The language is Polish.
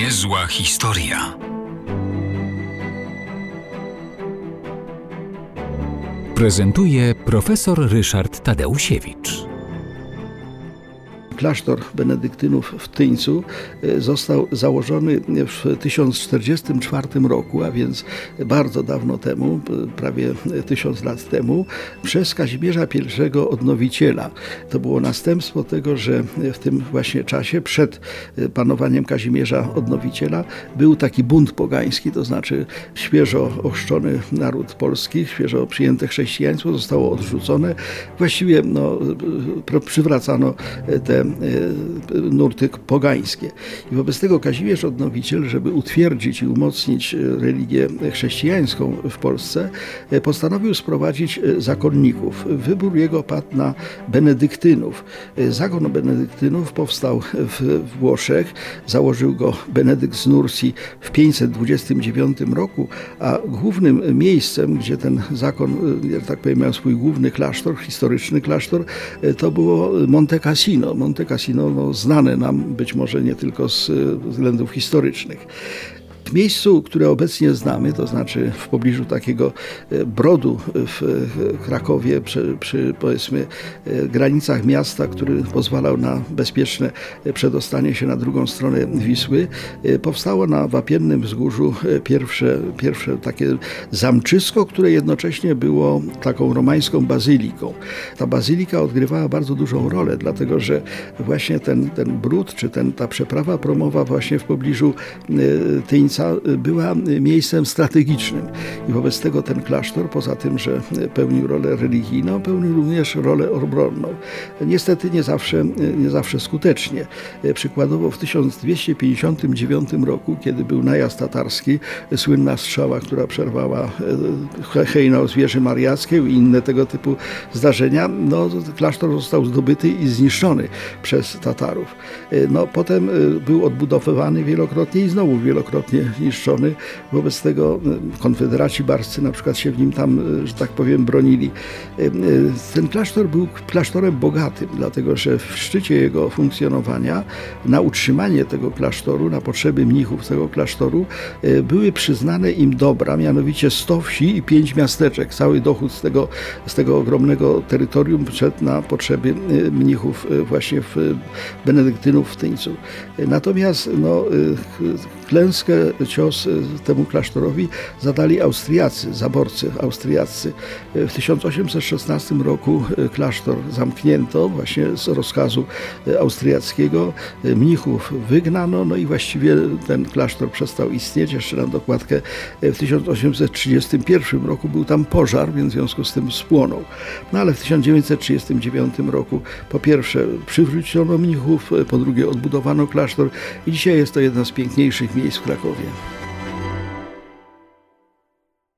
Niezła historia. Prezentuje profesor Ryszard Tadeusiewicz. Klasztor benedyktynów w Tyńcu został założony w 1044 roku, a więc bardzo dawno temu, prawie 1000 lat temu, przez Kazimierza I Odnowiciela. To było następstwo tego, że w tym właśnie czasie, przed panowaniem Kazimierza Odnowiciela, był taki bunt pogański, to znaczy świeżo ochrzczony naród polski, świeżo przyjęte chrześcijaństwo zostało odrzucone. Właściwie przywracano te nurty pogańskie. I wobec tego Kazimierz Odnowiciel, żeby utwierdzić i umocnić religię chrześcijańską w Polsce, postanowił sprowadzić zakonników. Wybór jego padł na benedyktynów. Zakon benedyktynów powstał w Włoszech. Założył go Benedykt z Nursi w 529 roku, a głównym miejscem, gdzie ten zakon, tak powiem, miał swój główny klasztor, historyczny klasztor, to było Monte Cassino. Monte Cassino, znane nam być może nie tylko z względów historycznych. W miejscu, które obecnie znamy, to znaczy w pobliżu takiego brodu w Krakowie, przy powiedzmy granicach miasta, który pozwalał na bezpieczne przedostanie się na drugą stronę Wisły, powstało na wapiennym wzgórzu pierwsze takie zamczysko, które jednocześnie było taką romańską bazyliką. Ta bazylika odgrywała bardzo dużą rolę, dlatego że właśnie ten bród, czy ta przeprawa promowa właśnie w pobliżu Tyńca była miejscem strategicznym i wobec tego ten klasztor, poza tym, że pełnił rolę religijną, pełnił również rolę obronną. Niestety nie zawsze skutecznie. Przykładowo w 1259 roku, kiedy był najazd tatarski, słynna strzała, która przerwała hejnał z wieży mariackiej i inne tego typu zdarzenia, klasztor został zdobyty i zniszczony przez Tatarów. Potem był odbudowywany wielokrotnie i znowu wielokrotnie niszczony. Wobec tego konfederaci barscy na przykład się w nim tam, że tak powiem, bronili. Ten klasztor był klasztorem bogatym, dlatego że w szczycie jego funkcjonowania na utrzymanie tego klasztoru, na potrzeby mnichów tego klasztoru były przyznane im dobra, mianowicie 100 wsi i 5 miasteczek. Cały dochód z tego ogromnego terytorium szedł na potrzeby mnichów właśnie benedyktynów w Tyńcu. Natomiast klęskę, cios temu klasztorowi zadali Austriacy, zaborcy austriaccy. W 1816 roku klasztor zamknięto właśnie z rozkazu austriackiego. Mnichów wygnano, i właściwie ten klasztor przestał istnieć. Jeszcze na dokładkę w 1831 roku był tam pożar, więc w związku z tym spłonął. Ale w 1939 roku po pierwsze przywrócono mnichów, po drugie odbudowano klasztor i dzisiaj jest to jedno z piękniejszych miejsc w Krakowie.